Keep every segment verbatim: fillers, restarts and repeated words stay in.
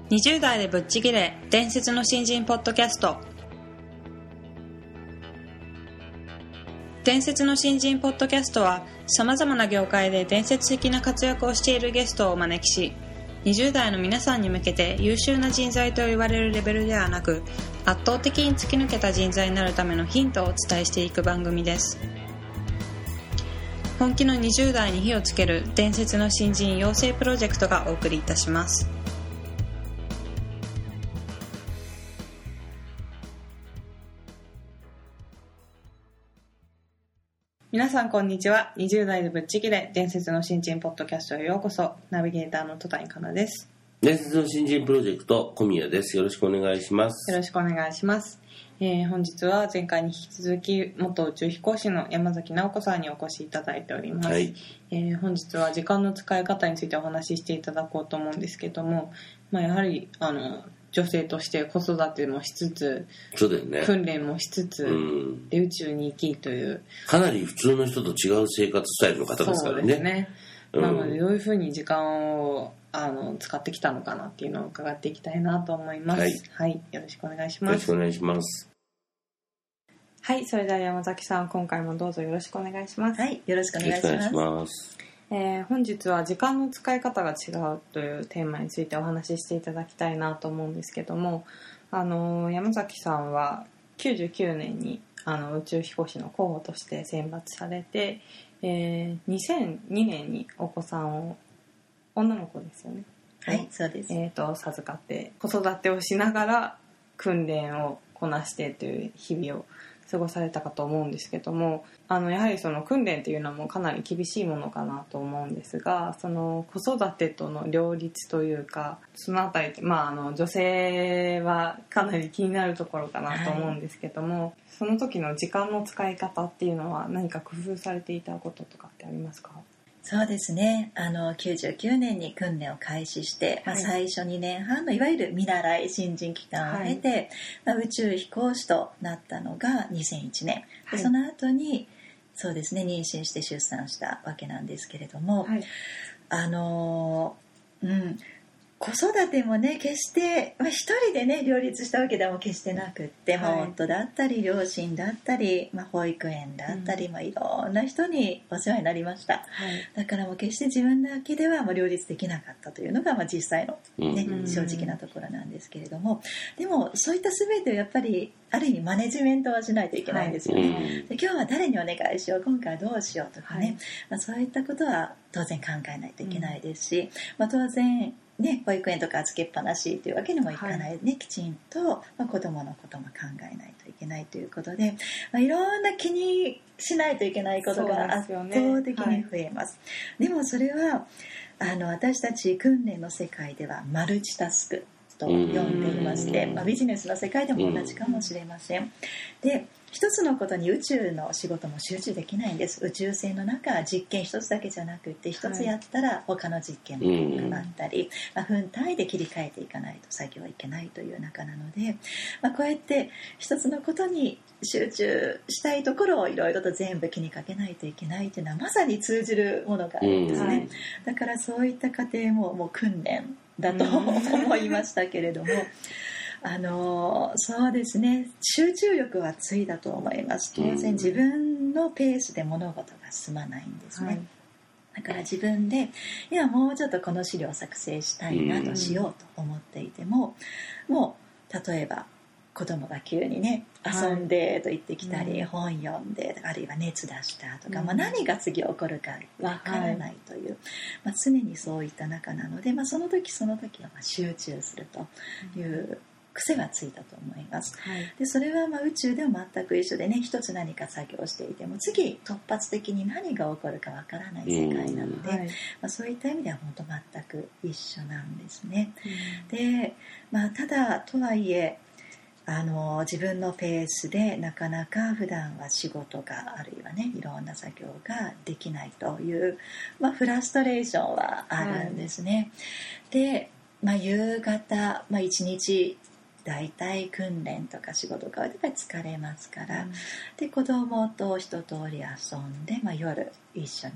にじゅう代でぶっちぎれ伝説の新人ポッドキャスト。伝説の新人ポッドキャストはさまざまな業界で伝説的な活躍をしているゲストをお招きし、にじゅう代の皆さんに向けて優秀な人材と言われるレベルではなく、圧倒的に突き抜けた人材になるためのヒントをお伝えしていく番組です。本気のにじゅう代に火をつける伝説の新人養成プロジェクトがお送りいたします。皆さんこんにちは。にじゅう代でぶっちぎれ伝説の新人ポッドキャストへようこそ。ナビゲーターの戸谷香奈です。 伝説の新人プロジェクト小宮です。よろしくお願いします。 よろしくお願いします。えー、本日は前回に引き続き元宇宙飛行士の山崎直子さんにお越しいただいております。はい、えー、本日は時間の使い方についてお話ししていただこうと思うんですけども、まあ、やはりあの女性として子育てもしつつ、 そうだよね、 訓練もしつつ、うん、で宇宙に行きというかなり普通の人と違う生活スタイルの方ですからね。そうですね、うん、 なのでどういうふうに時間をあの使ってきたのかなっていうのを伺っていきたいなと思います。はい、はい、よろしくお願いします。 よろしくお願いします。 はい、それでは山崎さん、今回もどうぞよろしくお願いします。 はい、よろしくお願いします。よろしくお願いします。 えー、本日は時間の使い方が違うというテーマについてお話ししていただきたいなと思うんですけども、あのー、山崎さんはきゅうじゅうきゅうねんにあの宇宙飛行士の候補として選抜されて、えー、にせんにねんにお子さんを、女の子ですよね。 はい、そうです。 えーと、授かって子育てをしながら訓練をこなしてという日々を過ごされたかと思うんですけども、あのやはりその訓練っていうのもかなり厳しいものかなと思うんですが、その子育てとの両立というか、そのあたりって、まあ、あの女性はかなり気になるところかなと思うんですけども、はい、その時の時間の使い方っていうのは何か工夫されていたこととかってありますか？ そうですね、あのきゅうじゅうきゅうねんに訓練を開始して、はい、まあ、最初にねんはんのいわゆる見習い新人期間を経て、はい、まあ、宇宙飛行士となったのがにせんいちねん、はい、でその後にそうですね、妊娠して出産したわけなんですけれども、はい、あのうん子育てもね、決して、まあ、一人でね両立したわけでも決してなくって、はい、まあ、夫だったり両親だったり、まあ、保育園だったり、うん、まあ、いろんな人にお世話になりました、はい、だからもう決して自分だけではもう両立できなかったというのが、まあ、実際の、ね、うん、正直なところなんですけれども、でもそういった全てをやっぱりある意味マネジメントはしないといけないんですよね、はい、で今日は誰にお願いしよう、今回はどうしようとかね、はい、まあ、そういったことは当然考えないといけないですし、うん、まあ、当然ね、保育園とか預けっぱなしというわけにもいかないね、はい、きちんと、まあ、子どものことも考えないといけないということで、まあ、いろんな気にしないといけないことが圧倒的に増えます。で、ね、はい、でもそれはあの私たち訓練の世界ではマルチタスクと呼んでいまして、まあ、ビジネスの世界でも同じかもしれません。で、一つのことに宇宙の仕事も集中できないんです。宇宙船の中、実験一つだけじゃなくて、一つやったら他の実験も含まったり、まあ、分単位で切り替えていかないと作業はいけないという中なので、まあ、こうやって一つのことに集中したいところをいろいろと全部気にかけないといけないというのはまさに通じるものがあるんですね。だからそういった過程ももう訓練だと思いましたけれども、あのそうですね、集中力はついだと思います。当然自分のペースで物事が進まないんですね、はい、だから自分でいやもうちょっとこの資料を作成したいなとしようと思っていても、もう例えば子供が急にね遊んでと言ってきたり、はい、本読んであるいは熱出したとか、うん、まあ、何が次起こるかわからないという、はい、まあ、常にそういった中なので、まあ、その時その時はまあ集中するという癖はついたと思います、はい、でそれはまあ宇宙でも全く一緒でね、一つ何か作業していても次突発的に何が起こるかわからない世界なので、はい、まあ、そういった意味では本当全く一緒なんですね、うん、で、まあ、ただとはいえあの自分のペースでなかなか普段は仕事があるいはねいろんな作業ができないという、まあ、フラストレーションはあるんですね、はい、で、まあ、夕方、まあ、一日だいたい訓練とか仕事がやっぱり疲れますから、うん、で子供と一通り遊んで、まあ、夜一緒に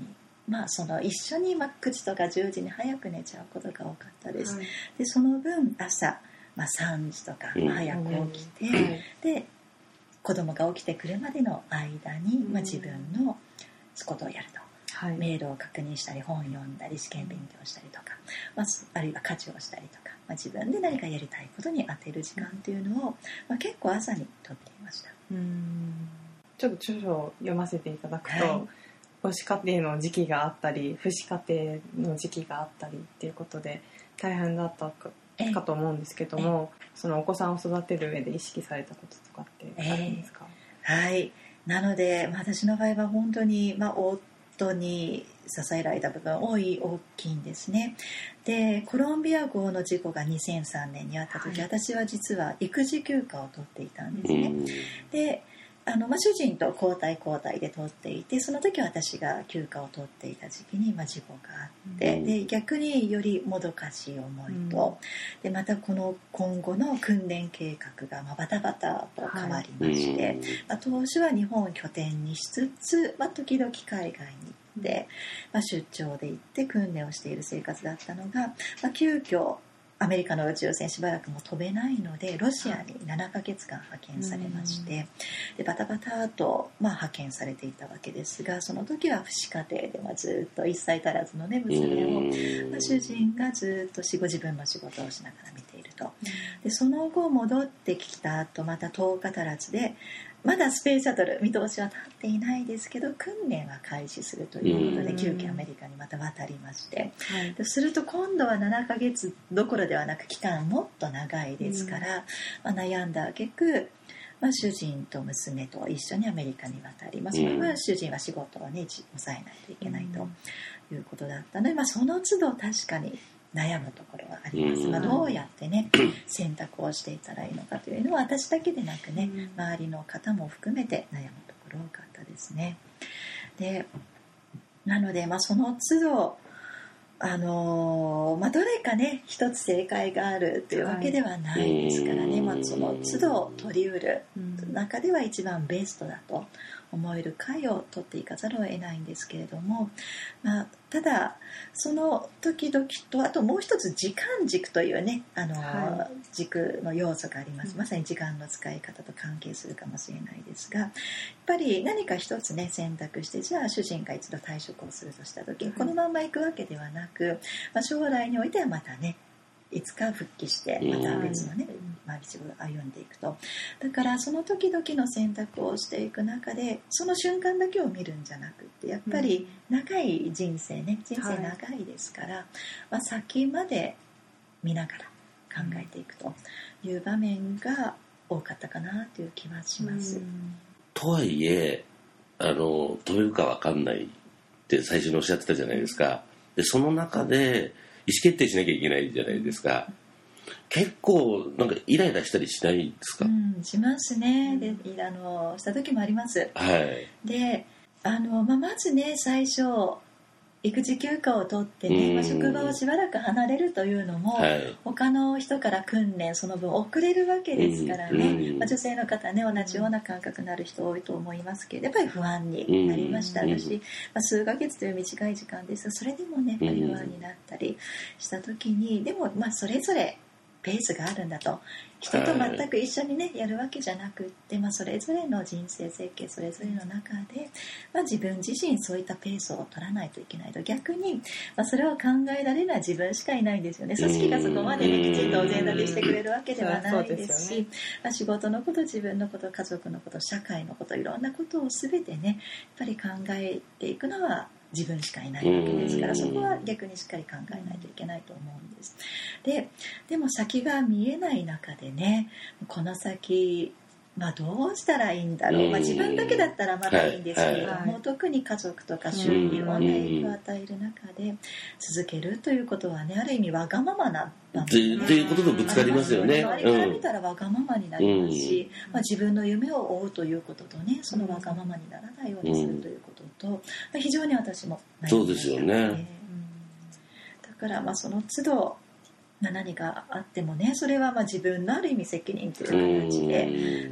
まあ、その一緒にまあくじとかじゅうじに早く寝ちゃうことが多かったです、 はい、 でその分朝、まあ、さんじとかまあ早く起きて、うんはい、で子供が起きてくるまでの間に、まあ、自分のことをやると、はい、メールを確認したり本を読んだり試験勉強したりとか、まあ、あるいは家事をしたりとか、まあ、自分で何かやりたいことに当てる時間というのを、まあ、結構朝にとっていました。 うーんちょっと著書を読ませていただくと、はい、母子家庭の時期があったり父子家庭の時期があったりっていうことで大変だったか、かと思うんですけども、そのお子さんを育てる上で意識されたこととかってあるんですか？ はいなので、まあ、私の場合は本当に、まあ、夫に支えられた部分多い大きいんですね。でコロンビア号の事故がにせんさんねんにあった時、はい、私は実は育児休暇を取っていたんですね。であのまあ、主人と交代交代で取っていて、その時は私が休暇を取っていた時期にまあ事故があって、うん、で逆によりもどかしい思いと、うん、でまたこの今後の訓練計画がまあバタバタと変わりまして、はいまあ、当初は日本を拠点にしつつ、まあ、時々海外に行って、まあ、出張で行って訓練をしている生活だったのが、まあ、急遽アメリカの宇宙船しばらくも飛べないのでロシアにななかげつかん派遣されまして、でバタバタと、まあ、派遣されていたわけですが、その時は父子家庭で、まあ、ずっといっさい足らずの、ね、娘を、まあ、主人がずっとご自分の仕事をしながら見ていると。でその後戻ってきた後またとおか足らずでまだスペースシャトル見通しは立っていないですけど訓練は開始するということで急遽アメリカにまた渡りまして、はい、ですると今度はななかげつどころではなく期間もっと長いですから、まあ、悩んだ挙句、まあ、主人と娘と一緒にアメリカに渡り、まあ、それは主人は仕事をね抑えないといけないということだったので、まあ、その都度確かに悩むところはあります、まあ、どうやってね選択をしていったらいいのかというのは私だけでなくね周りの方も含めて悩むところ多かったですね。でなので、まあ、その都度あのーまあ、どれかね一つ正解があるというわけではないですからね、はいまあ、その都度取り得る中では一番ベストだと思える回を取っていかざるを得ないんですけれども、まあ、ただその時々とあともう一つ時間軸というねあの、はい、軸の要素があります。まさに時間の使い方と関係するかもしれないですが、やっぱり何か一つね選択してじゃあ主人が一度退職をするとした時にこのまま行くわけではなく、まあ、将来においてはまたねいつか復帰してまた別のね、まあ、道を歩んでいくと。だからその時々の選択をしていく中でその瞬間だけを見るんじゃなくってやっぱり長い人生ね人生長いですから、はいまあ、先まで見ながら考えていくという場面が多かったかなという気はします。 とはいえあの飛べるか分かんないって最初におっしゃってたじゃないですか。でその中で意思決定しなきゃいけないじゃないですか。結構なんかイライラしたりしないですか？ うん、しますね。であのした時もあります。 はい。 であの、まあ、まずね最初育児休暇を取ってね、まあ、職場をしばらく離れるというのも、はい、他の人から訓練その分遅れるわけですからね、まあ、女性の方ね同じような感覚になる人多いと思いますけどやっぱり不安になりました。私、まあ、数ヶ月という短い時間ですがそれでもねやっぱり不安になったりした時にでもまあそれぞれペースがあるんだと人と全く一緒にねやるわけじゃなくって、まあ、それぞれの人生設計それぞれの中で、まあ、自分自身そういったペースを取らないといけないと逆に、まあ、それを考えられるのは自分しかいないんですよね。組織がそこまで、ね、きちんとお膳立てしてくれるわけではないですし、まあ、仕事のこと自分のこと家族のこと社会のこといろんなことを全てねやっぱり考えていくのは自分しかいないわけですからそこは逆にしっかり考えないといけないと思うんです。で、でも先が見えない中でねこの先、まあ、どうしたらいいんだろう、まあ、自分だけだったらまだいいんですけれども、はいはい、特に家族とか周囲をね影響を与える中で続けるということはねある意味わがままなっていうこととぶつかりますよね。 周りから見たらわがままになりますし、うんまあ、自分の夢を追うということとねそのわがままにならないようにするということと、まあ、非常に私も悩みましたね。 そうですよね。 だからまあその都度何があってもねそれはまあ自分のある意味責任という形であの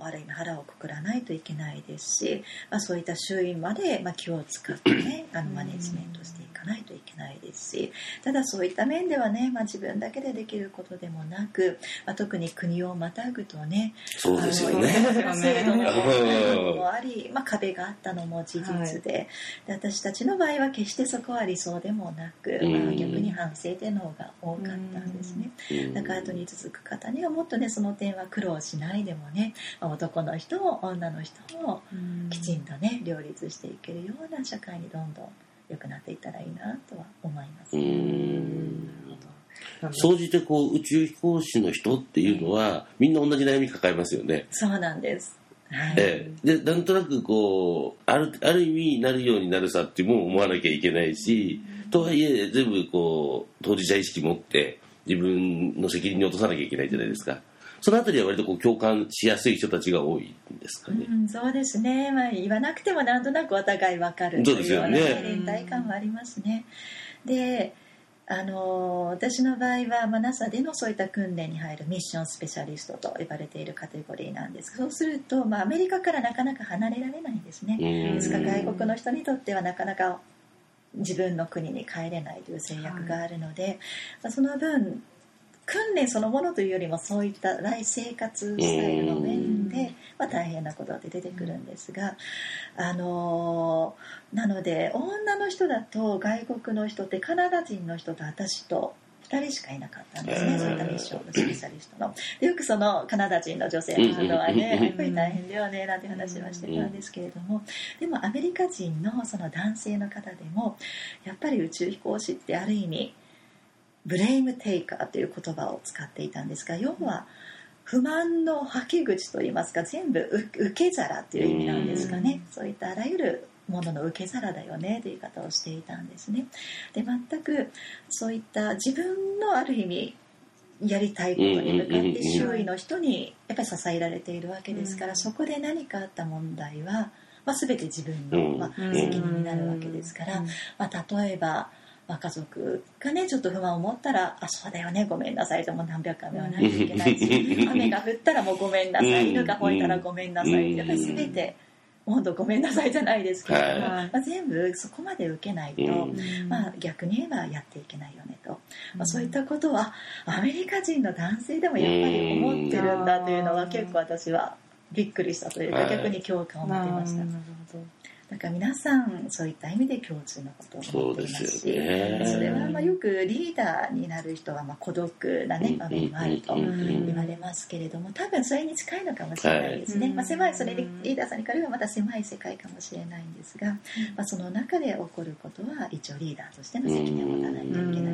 ある意味腹をくくらないといけないですし、まあ、そういった周囲までまあ気を使ってねあのマネジメントしていかないといけないですし、ただそういった面ではね、まあ、自分だけでできることでもなく、まあ、特に国をまたぐとね、 そうですよね、 制度の問題もあり、まあ、壁があったのも事実で、はい、で私たちの場合は決してそこは理想でもなく、まあ、逆に反省点の方が多かったんですね。だから後に続く方にはもっとねその点は苦労しないでもね、男の人も女の人もきちんとね両立していけるような社会にどんどん良くなっていったらいいなとは思います、ね。うーん、 総じてこう宇宙飛行士の人っていうのはみんな同じ悩み抱えますよね。 そうなんです。はい、 ええ、でなんとなくこうある、ある意味なるようになるさっても思わなきゃいけないし、うん、とはいえ全部こう当事者意識持って自分の責任に落とさなきゃいけないじゃないですか。そのあたりは割とこう共感しやすい人たちが多いんですかね。 うん、そうですね、まあ、言わなくてもなんとなくお互い分かるというような、ね、連帯感はありますね。であの私の場合は、まあ、ナサ でのそういった訓練に入るミッションスペシャリストと呼ばれているカテゴリーなんですが、そうすると、まあ、アメリカからなかなか離れられないんですね。ですから外国の人にとってはなかなか自分の国に帰れないという制約があるので、はい、まあ、その分訓練そのものというよりもそういった来生活スタイルの面で、まあ、大変なことって出てくるんですが、あのなので女の人だと外国の人ってカナダ人の人と私とふたりしかいなかったんですね、そういったミッションのスペシャリストの。でよくそのカナダ人の女性の方はね、やっぱり大変だよねなんて話はしてたんですけれども、でもアメリカ人のその男性の方でもやっぱり宇宙飛行士ってある意味ブレイムテイカーという言葉を使っていたんですが、要は不満の吐き口といいますか、全部受け皿という意味なんですかね。そういったあらゆるものの受け皿だよねという言い方をしていたんですね。で全くそういった自分のある意味やりたいことに向かって周囲の人にやっぱり支えられているわけですから、そこで何かあった問題は、まあ、全て自分の、まあ、責任になるわけですから、まあ、例えばまあ、家族がねちょっと不満を持ったら、あそうだよねごめんなさいともう何百回も言わないといけないし、雨が降ったらもうごめんなさい、犬が吠えたらごめんなさい、やっぱり全て本当ごめんなさいじゃないですけど、はい、まあ、全部そこまで受けないと、まあ、逆に言えばやっていけないよねと、まあ、そういったことはアメリカ人の男性でもやっぱり思ってるんだというのは結構私はびっくりしたというか、逆に共感を持てました。だから皆さんそういった意味で共通のことを思っていますし、 そ, ね、それはまあよくリーダーになる人はまあ孤独な、ね、場面もあると言われますけれども、多分それに近いのかもしれないですね、はい、まあ、狭いそれリーダーさんにからはまた狭い世界かもしれないんですが、まあ、その中で起こることは一応リーダーとしての責任を持たないといけないという、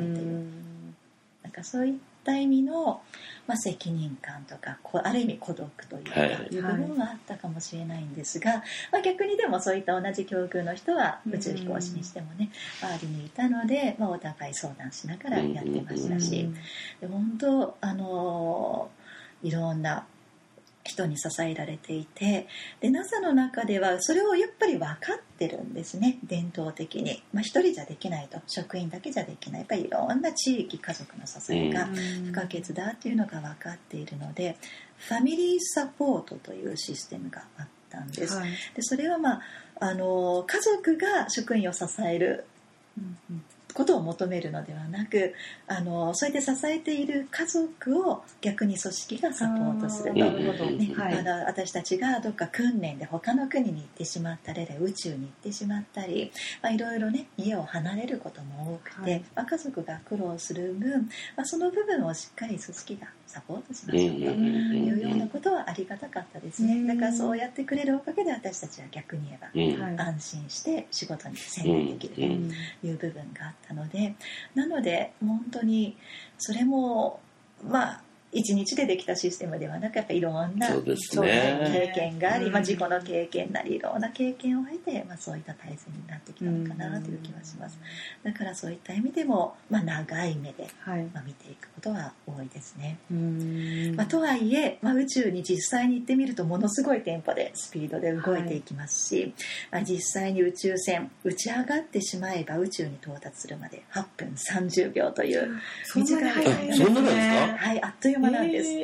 なんかそういった意味の、まあ、責任感とかある意味孤独というか、はい、いう部分はあったかもしれないんですが、まあ、逆にでもそういった同じ境遇の人は宇宙飛行士にしてもね周りにいたので、まあ、お互い相談しながらやってましたし、で本当あのいろんな人に支えられていて、で ナサ の中ではそれをやっぱり分かってるんですね、伝統的に、まあ、一人じゃできないと、職員だけじゃできない、やっぱりいろんな地域家族の支えが不可欠だっていうのが分かっているので、ファミリーサポートというシステムがあったんです、はい、でそれは、まあ、あの家族が職員を支える、うんうんことを求めるのではなく、あのそれで支えている家族を逆に組織がサポートすると、ね、はい、あの私たちがどっか訓練で他の国に行ってしまったり宇宙に行ってしまったり、まあ、いろいろね家を離れることも多くて、はい、まあ、家族が苦労する分、まあ、その部分をしっかり組織がサポートしましょうというようなことはありがたかったですね。だからそうやってくれるおかげで私たちは逆に言えば、うん、安心して仕事に専念できるという部分があったので、なので本当にそれもまあ一日でできたシステムではなく、やっぱりいろんな経験があり、まあ、事故の経験なりいろんな経験を経て、まあ、そういった体制になってきたのかなという気はします。だからそういった意味でも、まあ、長い目で、はい、まあ、見ていくことは多いですね。うーん、まあ、とはいえ、まあ、宇宙に実際に行ってみるとものすごいテンポでスピードで動いていきますし、はい、まあ、実際に宇宙船打ち上がってしまえば宇宙に到達するまではっぷんさんじゅうびょうという短い、 そんななんですか？ はい、あっという間なんです。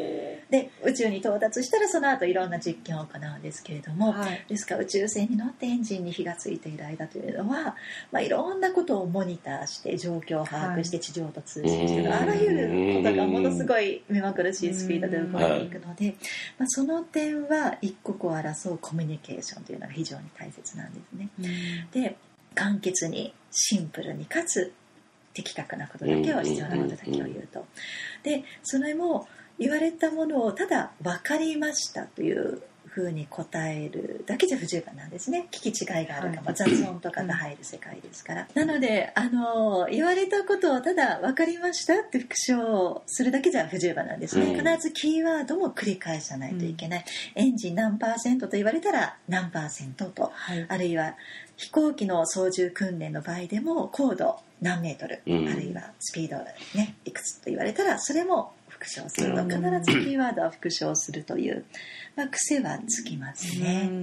で宇宙に到達したらその後いろんな実験を行うんですけれども、 はい、 ですから宇宙船に乗ってエンジンに火がついている間というのは、まあ、いろんなことをモニターして状況を把握して地上と通信して、はい、あらゆることがものすごい目まぐるしいスピードで動いていくので、まあ、その点は一刻を争うコミュニケーションというのが非常に大切なんですね。で、簡潔にシンプルにかつ的確なことだけを、必要なことだけを言うと、でそれも言われたものをただ分かりましたというふうに答えるだけじゃ不十分なんですね。聞き違いがあるかも、はい、雑音とかが入る世界ですから、なのであの言われたことをただ分かりましたって復唱するだけじゃ不十分なんですね。必ずキーワードも繰り返さないといけない、うん、エンジン何パーセントと言われたら何パーセントと、はい、あるいは飛行機の操縦訓練の場合でも高度何メートル、うん、あるいはスピード、ね、いくつと言われたらそれも復唱すると、必ずキーワードは復唱するという、まあ、癖はつきますね。 うん、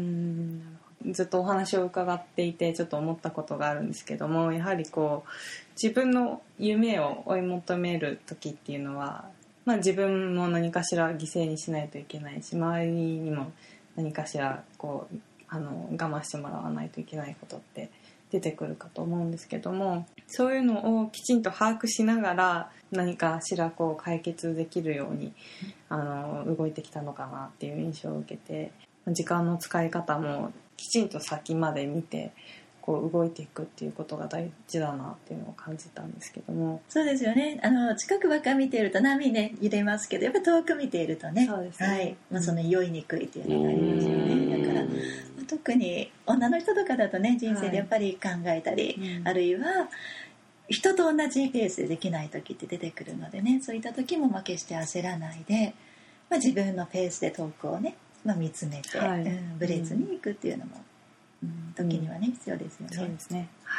ずっとお話を伺っていてちょっと思ったことがあるんですけども、やはりこう自分の夢を追い求める時っていうのは、まあ、自分も何かしら犠牲にしないといけないし、周りにも何かしらこうあの我慢してもらわないといけないことって出てくるかと思うんですけども、そういうのをきちんと把握しながら何かしらこう解決できるようにあの動いてきたのかなっていう印象を受けて、時間の使い方もきちんと先まで見てこう動いていくっていうことが大事だなっていうのを感じたんですけども。 そうですよね。あの近くばっか見ていると波ね揺れますけど、やっぱ遠く見ているとね、 そうですね、 はい、まあ、その酔いにくいっていうのがありますよね。だから、まあ、特に女の人とかだとね、人生でやっぱり考えたり、はい、あるいは人と同じペースでできない時って出てくるのでね、そういった時もまあ決して焦らないで、まあ、自分のペースで遠くをね、まあ、見つめて、はい、うん、ブレずにいくっていうのも、うん、時にはね、必要ですよね。 そうですね、はい、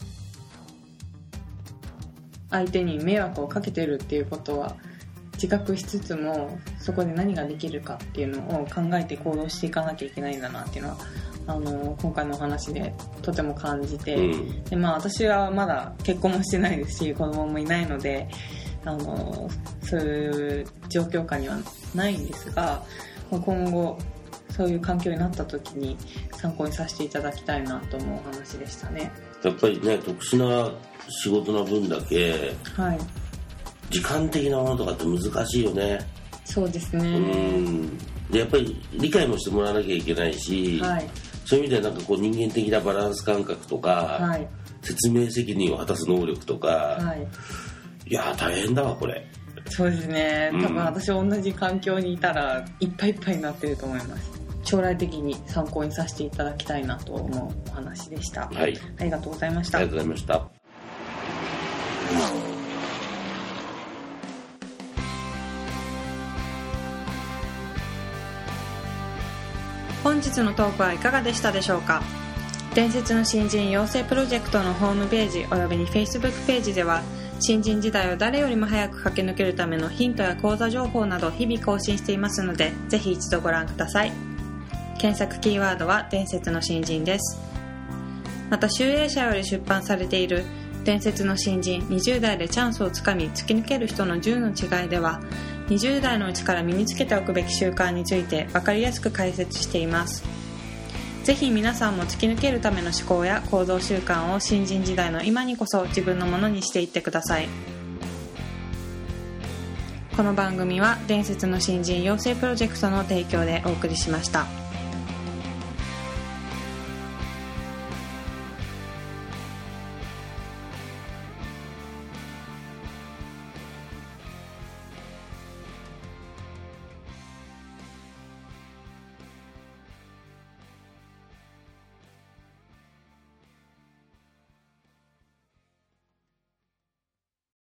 相手に迷惑をかけてるっていうことは自覚しつつも、そこで何ができるかっていうのを考えて行動していかなきゃいけないんだなっていうのはあの今回のお話でとても感じて、うん、で、まあ、私はまだ結婚もしてないですし子供もいないのであのそういう状況下にはないんですが、今後そういう環境になった時に参考にさせていただきたいなと思うお話でしたね。 やっぱりね、特殊な仕事の分だけ、はい、時間的なものとかって難しいよね。 そうですね。 うんでやっぱり理解もしてもらわなきゃいけないし、はい、そういう意味ではなんかこう人間的なバランス感覚とか、はい、説明責任を果たす能力とか、はい、いや大変だわこれ。 そうですね、多分私同じ環境にいたらいっぱいいっぱいになってると思います。将来的に参考にさせていただきたいなと思うお話でした、はい、ありがとうございました。 ありがとうございました。 本日のトークはいかがでしたでしょうか。伝説の新人養成プロジェクトのホームページおよびに Facebook ページでは、新人時代を誰よりも早く駆け抜けるためのヒントや講座情報など日々更新していますので、ぜひ一度ご覧ください。検索キーワードは伝説の新人です。また集英社より出版されている伝説の新人にじゅう代でチャンスをつかみ突き抜ける人のじゅうの違いでは、にじゅう代のうちから身につけておくべき習慣について分かりやすく解説しています。ぜひ皆さんも突き抜けるための思考や行動習慣を新人時代の今にこそ自分のものにしていってください。この番組は伝説の新人養成プロジェクトの提供でお送りしました。